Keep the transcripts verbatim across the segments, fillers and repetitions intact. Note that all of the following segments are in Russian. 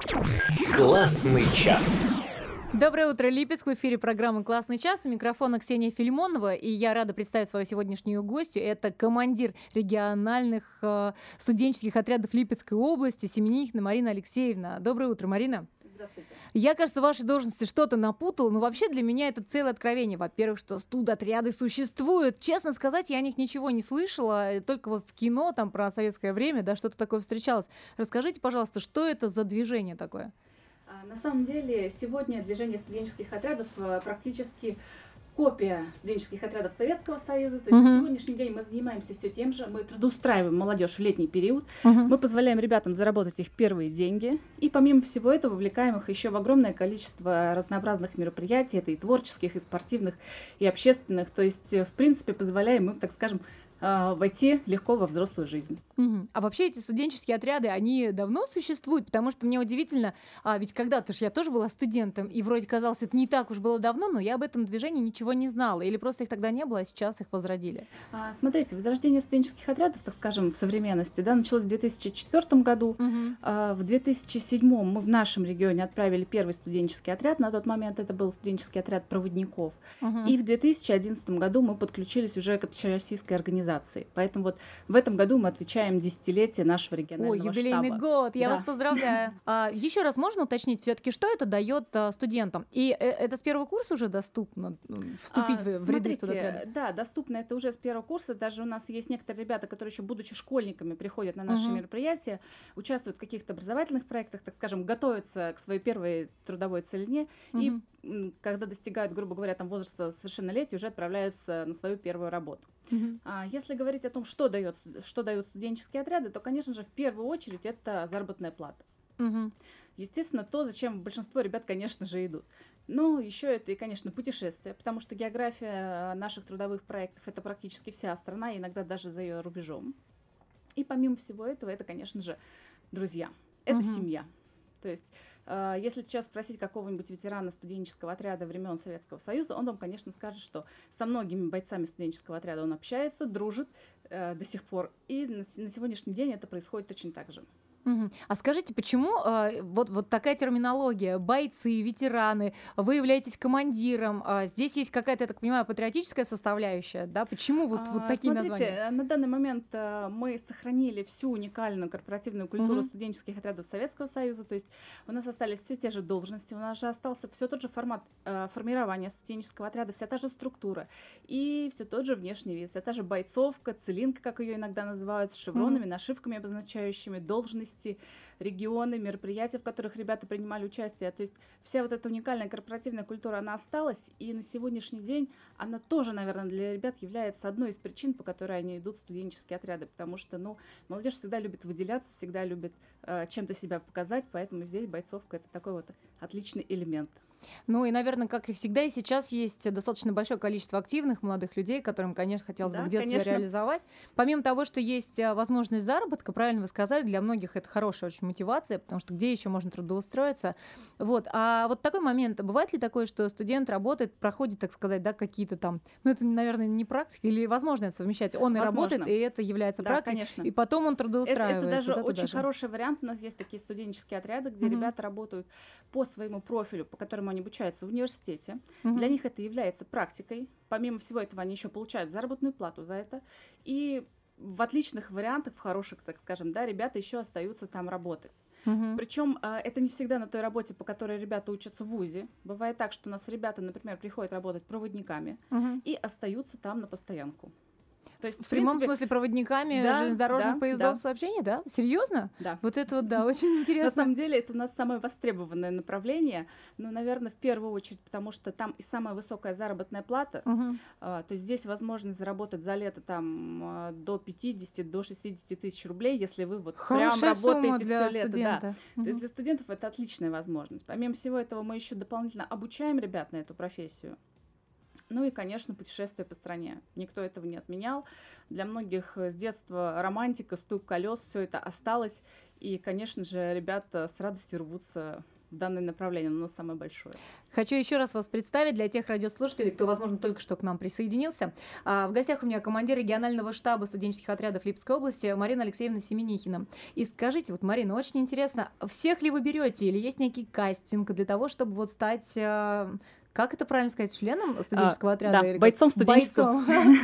Классный час. Доброе утро, Липецк. В эфире программы «Классный час». У микрофона Ксения Филимонова. И я рада представить свою сегодняшнюю гостью. Это командир региональных э, студенческих отрядов Липецкой области Семенихина Марина Алексеевна. Доброе утро, Марина. Здравствуйте. Я, кажется, в вашей должности что-то напутала, но вообще для меня это целое откровение. Во-первых, что студотряды существуют. Честно сказать, я о них ничего не слышала, только вот в кино там про советское время, да, что-то такое встречалось. Расскажите, пожалуйста, что это за движение такое? На самом деле, сегодня движение студенческих отрядов практически копия студенческих отрядов Советского Союза. То есть uh-huh. на сегодняшний день мы занимаемся все тем же. Мы трудоустраиваем молодежь в летний период. Uh-huh. Мы позволяем ребятам заработать их первые деньги. И помимо всего этого вовлекаем их еще в огромное количество разнообразных мероприятий. Это и творческих, и спортивных, и общественных. То есть, в принципе, позволяем им, так скажем, войти легко во взрослую жизнь. Угу. А вообще эти студенческие отряды, они давно существуют? Потому что мне удивительно, а ведь когда-то же я тоже была студентом, и вроде казалось, это не так уж было давно, но я об этом движении ничего не знала. Или просто их тогда не было, а сейчас их возродили? А, смотрите, возрождение студенческих отрядов, так скажем, в современности, да, началось в две тысячи четвёртом году. Угу. А, в две тысячи седьмом мы в нашем регионе отправили первый студенческий отряд. На тот момент это был студенческий отряд проводников. Угу. И в две тысячи одиннадцатом году мы подключились уже к общероссийской организации. Поэтому вот в этом году мы отвечаем десятилетие нашего регионального штаба. Ой, юбилейный штаба. год, я да. вас поздравляю. А, еще раз можно уточнить все-таки, что это дает а, студентам? И э, это с первого курса уже доступно вступить а, в, в ряды студотряда? Да, доступно это уже с первого курса. Даже у нас есть некоторые ребята, которые еще будучи школьниками приходят на наши uh-huh. мероприятия, участвуют в каких-то образовательных проектах, так скажем, готовятся к своей первой трудовой целине uh-huh. и когда достигают, грубо говоря, там возраста совершеннолетия, уже отправляются на свою первую работу. Uh-huh. А, если говорить о том, что дает, что дают студенческие отряды, то, конечно же, в первую очередь это заработная плата. Uh-huh. Естественно, то, зачем большинство ребят, конечно же, идут. Но еще это и, конечно, путешествия, потому что география наших трудовых проектов — это практически вся страна, иногда даже за ее рубежом. И помимо всего этого, это, конечно же, друзья, это uh-huh. семья. То есть, э, если сейчас спросить какого-нибудь ветерана студенческого отряда времен Советского Союза, он вам, конечно, скажет, что со многими бойцами студенческого отряда он общается, дружит э, до сих пор. И на, на сегодняшний день это происходит точно так же. Угу. А скажите, почему э, вот, вот такая терминология, бойцы, ветераны, вы являетесь командиром, э, здесь есть какая-то, я так понимаю, патриотическая составляющая, да? Почему вот, а, вот такие смотрите, названия? На данный момент э, мы сохранили всю уникальную корпоративную культуру угу. студенческих отрядов Советского Союза, то есть у нас остались все те же должности, у нас же остался все тот же формат э, формирования студенческого отряда, вся та же структура и все тот же внешний вид, вся та же бойцовка, целинка, как ее иногда называют, с шевронами, угу. нашивками, обозначающими должности, регионы, мероприятия, в которых ребята принимали участие. То есть вся вот эта уникальная корпоративная культура, она осталась, и на сегодняшний день она тоже, наверное, для ребят является одной из причин, по которой они идут в студенческие отряды, потому что, ну, молодежь всегда любит выделяться, всегда любит э, чем-то себя показать, поэтому здесь бойцовка — это такой вот отличный элемент. Ну и, наверное, как и всегда, и сейчас есть достаточно большое количество активных молодых людей, которым, конечно, хотелось да, бы где-то себя реализовать. Помимо того, что есть возможность заработка, правильно вы сказали, для многих это хорошая очень мотивация, потому что где еще можно трудоустроиться. Вот. А вот такой момент, бывает ли такое, что студент работает, проходит, так сказать, да, какие-то там, ну это, наверное, не практика, или возможно это совмещать? Он и возможно. работает, и это является да, практикой, конечно. и потом он трудоустраивается. Это, это даже да, очень даже. хороший вариант. У нас есть такие студенческие отряды, где mm-hmm. ребята работают по своему профилю, по которому они обучаются в университете. Uh-huh. Для них это является практикой. Помимо всего этого, они еще получают заработную плату за это. И в отличных вариантах, в хороших, так скажем, да, ребята еще остаются там работать. Uh-huh. Причем это не всегда на той работе, по которой ребята учатся в вузе. Бывает так, что у нас ребята, например, приходят работать проводниками uh-huh. и остаются там на постоянку. То есть, в, в прямом принципе, смысле проводниками да, железнодорожных да, поездов да. сообщений, да? Серьезно? Да. Вот это вот, да, очень интересно. На самом деле, это у нас самое востребованное направление, но, наверное, в первую очередь, потому что там и самая высокая заработная плата, uh-huh. а, то есть здесь возможность заработать за лето там до пятидесяти, до шестидесяти тысяч рублей, если вы вот прям работаете все лето. Да. Uh-huh. То есть для студентов это отличная возможность. Помимо всего этого, мы еще дополнительно обучаем ребят на эту профессию. Ну и, конечно, путешествия по стране. Никто этого не отменял. Для многих с детства романтика, стук колес, все это осталось. И, конечно же, ребята с радостью рвутся в данное направление, оно самое большое. Хочу еще раз вас представить для тех радиослушателей, кто, возможно, только что к нам присоединился. В гостях у меня командир регионального штаба студенческих отрядов Липецкой области Марина Алексеевна Семенихина. И скажите, вот, Марина, очень интересно, всех ли вы берете или есть некий кастинг для того, чтобы вот стать... Как это правильно сказать? Членом студенческого а, отряда? Да, бойцом студенческого.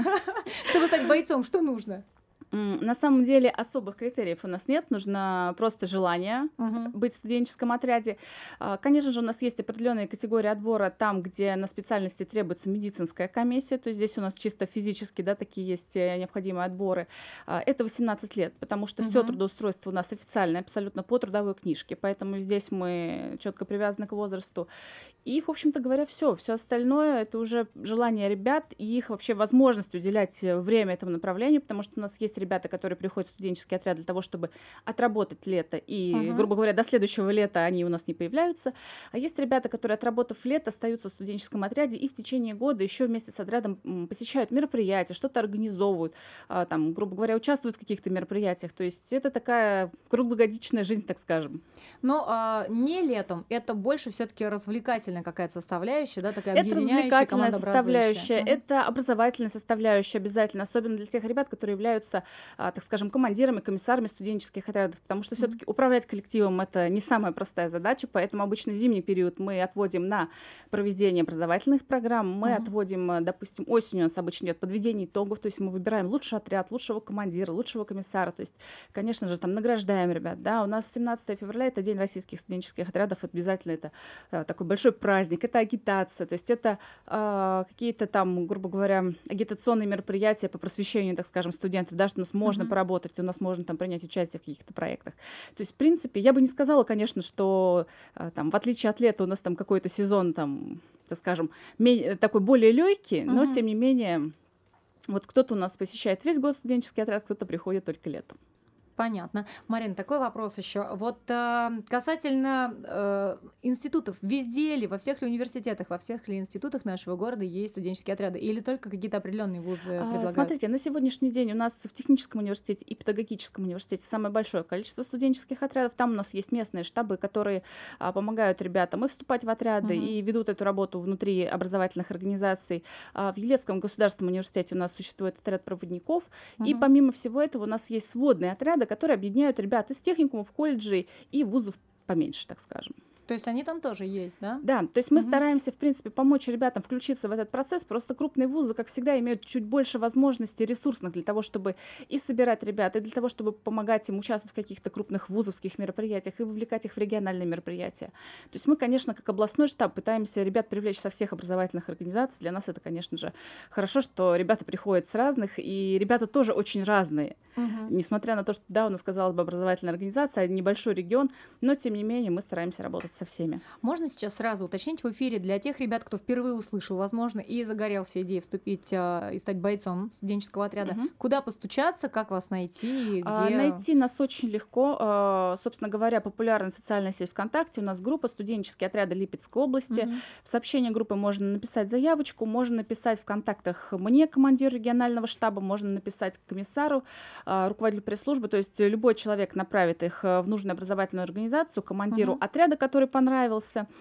Чтобы стать бойцом, что нужно? На самом деле особых критериев у нас нет, нужно просто желание uh-huh. быть в студенческом отряде. Конечно же, у нас есть определенные категории отбора там, где на специальности требуется медицинская комиссия, то есть здесь у нас чисто физически, да, такие есть необходимые отборы. Это восемнадцать лет, потому что uh-huh. все трудоустройство у нас официальное, абсолютно по трудовой книжке, поэтому здесь мы четко привязаны к возрасту. И, в общем-то говоря, все, все остальное это уже желание ребят и их вообще возможность уделять время этому направлению, потому что у нас есть ребята, которые приходят в студенческий отряд для того, чтобы отработать лето, и, uh-huh. грубо говоря, до следующего лета они у нас не появляются. А есть ребята, которые, отработав лето, остаются в студенческом отряде и в течение года еще вместе с отрядом посещают мероприятия, что-то организовывают, там, грубо говоря, участвуют в каких-то мероприятиях. То есть это такая круглогодичная жизнь, так скажем. Но а, не летом, это больше все-таки развлекательная какая-то составляющая, да, такая это развлекательная составляющая, uh-huh. это образовательная составляющая обязательно, особенно для тех ребят, которые являются, а, так скажем, командирами, комиссарами студенческих отрядов, потому что mm-hmm. все-таки управлять коллективом это не самая простая задача, поэтому обычно зимний период мы отводим на проведение образовательных программ, мы mm-hmm. отводим, допустим, осенью у нас обычно идет подведение итогов, то есть мы выбираем лучший отряд, лучшего командира, лучшего комиссара, то есть, конечно же, там награждаем ребят, да, у нас семнадцатое февраля это День российских студенческих отрядов, обязательно это а, такой большой праздник, это агитация, то есть это а, какие-то там, грубо говоря, агитационные мероприятия по просвещению, так скажем, студентов, да, что у нас можно mm-hmm. поработать, у нас можно там принять участие в каких-то проектах. То есть, в принципе, я бы не сказала, конечно, что а, там, в отличие от лета у нас там какой-то сезон, там, так скажем, ме- такой более легкий, mm-hmm. но, тем не менее, вот кто-то у нас посещает весь год студенческий отряд, кто-то приходит только летом. Понятно. Марина, такой вопрос еще. Вот э, касательно э, институтов, везде ли, во всех ли университетах, во всех ли институтах нашего города есть студенческие отряды? Или только какие-то определенные вузы предлагают? Смотрите, на сегодняшний день у нас в техническом университете и педагогическом университете самое большое количество студенческих отрядов. Там у нас есть местные штабы, которые а, помогают ребятам и вступать в отряды, угу. и ведут эту работу внутри образовательных организаций. А, в Елецком государственном университете у нас существует отряд проводников. Угу. И помимо всего этого у нас есть сводные отряды, которые объединяют ребят из техникумов, колледжей и вузов поменьше, так скажем. То есть они там тоже есть, да? Да, то есть мы угу. стараемся, в принципе, помочь ребятам включиться в этот процесс. Просто крупные вузы, как всегда, имеют чуть больше возможностей ресурсных для того, чтобы и собирать ребят, и для того, чтобы помогать им участвовать в каких-то крупных вузовских мероприятиях и вовлекать их в региональные мероприятия. То есть мы, конечно, как областной штаб пытаемся ребят привлечь со всех образовательных организаций. Для нас это, конечно же, хорошо, что ребята приходят с разных, и ребята тоже очень разные. Угу. Несмотря на то, что, да, у нас, казалось бы, образовательная организация, небольшой регион, но, тем не менее, мы стараемся работать со всеми. Можно сейчас сразу уточнить в эфире для тех ребят, кто впервые услышал, возможно, и загорелся идеей вступить а, и стать бойцом студенческого отряда, угу. куда постучаться, как вас найти, где... А, найти нас очень легко. А, собственно говоря, популярная социальная сеть ВКонтакте, у нас группа «Студенческие отряды Липецкой области». Угу. В сообщении группы можно написать заявочку, можно написать в контактах мне, командиру регионального штаба, можно написать комиссару, а, руководителю пресс-службы, то есть любой человек направит их в нужную образовательную организацию, командиру угу. отряда, который понравился,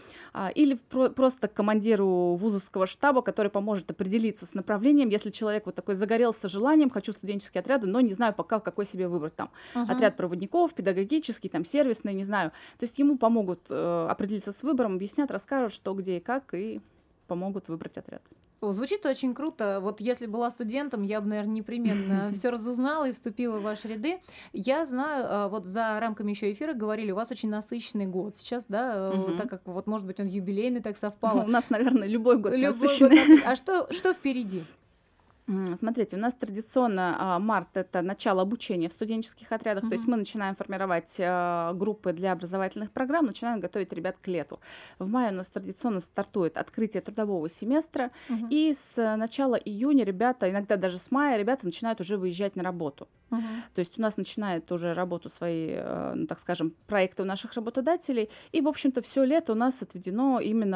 или про- просто командиру вузовского штаба, который поможет определиться с направлением, если человек вот такой загорелся желанием, хочу студенческие отряды, но не знаю пока, какой себе выбрать, там, uh-huh. отряд проводников, педагогический, там, сервисный, не знаю. То есть ему помогут э, определиться с выбором, объяснят, расскажут, что, где и как, и помогут выбрать отряд. О, звучит очень круто. Вот если была студентом, я бы, наверное, непременно все разузнала и вступила в ваши ряды. Я знаю, вот за рамками еще эфира говорили, у вас очень насыщенный год сейчас, да, uh-huh. так как, вот, может быть, он юбилейный, так совпало. У нас, наверное, любой год любой насыщенный. Год насыщенный. А что, что впереди? Смотрите, у нас традиционно а, март — это начало обучения в студенческих отрядах, mm-hmm. то есть мы начинаем формировать а, группы для образовательных программ, начинаем готовить ребят к лету. В мае у нас традиционно стартует открытие трудового семестра, mm-hmm. и с начала июня ребята, иногда даже с мая, ребята начинают уже выезжать на работу. Mm-hmm. То есть у нас начинает уже работу свои, ну, так скажем, проекты у наших работодателей, и, в общем-то, все лето у нас отведено именно вот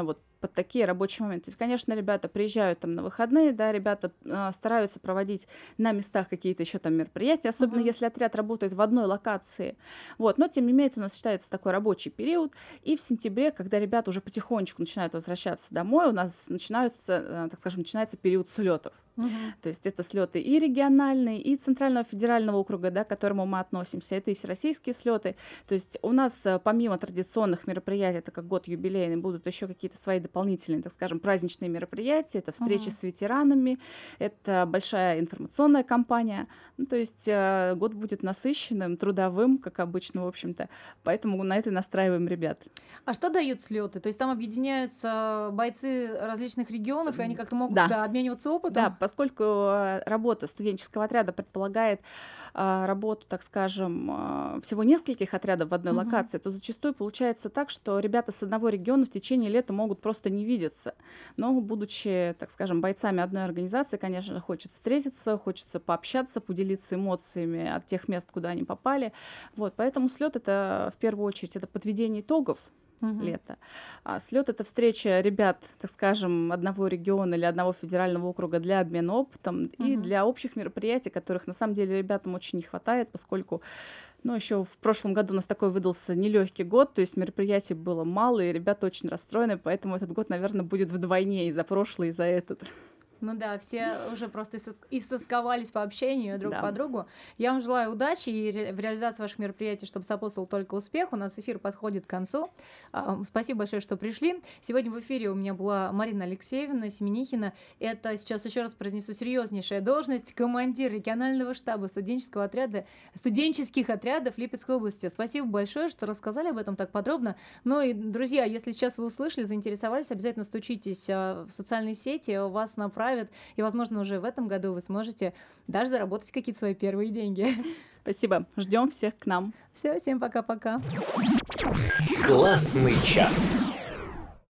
под такие рабочие моменты. То есть, конечно, ребята приезжают там на выходные, да, ребята э, стараются проводить на местах какие-то еще там мероприятия, особенно uh-huh. если отряд работает в одной локации. Вот. Но, тем не менее, у нас считается такой рабочий период. И в сентябре, когда ребята уже потихонечку начинают возвращаться домой, у нас начинаются, э, так скажем, начинается период слетов. Uh-huh. То есть это слеты и региональные, и Центрального федерального округа, да, к которому мы относимся, это и всероссийские слеты. То есть у нас помимо традиционных мероприятий, это как год юбилейный, будут еще какие-то свои дополнительные, так скажем, праздничные мероприятия, это встречи uh-huh. с ветеранами, это большая информационная кампания. Ну, то есть э, год будет насыщенным, трудовым, как обычно, в общем-то. Поэтому на это настраиваем ребят. А что дают слеты? То есть там объединяются бойцы различных регионов, и они как-то могут да. Да, обмениваться опытом? Да, поскольку работа студенческого отряда предполагает а, работу, так скажем, а, всего нескольких отрядов в одной uh-huh. локации, то зачастую получается так, что ребята с одного региона в течение лета могут просто не видеться. Но, будучи, так скажем, бойцами одной организации, конечно, хочется встретиться, хочется пообщаться, поделиться эмоциями от тех мест, куда они попали. Вот, поэтому слет это в первую очередь это подведение итогов Uh-huh. лето. А слет это встреча ребят, так скажем, одного региона или одного федерального округа для обмена опытом Uh-huh. и для общих мероприятий, которых на самом деле ребятам очень не хватает, поскольку ну, еще в прошлом году у нас такой выдался нелегкий год, то есть мероприятий было мало, и ребята очень расстроены, поэтому этот год, наверное, будет вдвойне и за прошлый, и за этот. Ну да, все уже просто истосковались по общению друг да. по другу. Я вам желаю удачи и ре- в реализации ваших мероприятий, чтобы сопутствовал только успех. У нас эфир подходит к концу. А, спасибо большое, что пришли. Сегодня в эфире у меня была Марина Алексеевна Семенихина. Это, сейчас еще раз произнесу, серьезнейшая должность, командир регионального штаба студенческого отряда, студенческих отрядов Липецкой области. Спасибо большое, что рассказали об этом так подробно. Ну и, друзья, если сейчас вы услышали, заинтересовались, обязательно стучитесь в социальные сети, вас направят. И, возможно, уже в этом году вы сможете даже заработать какие-то свои первые деньги. Спасибо. Ждем всех к нам. Все, всем пока-пока. Классный час.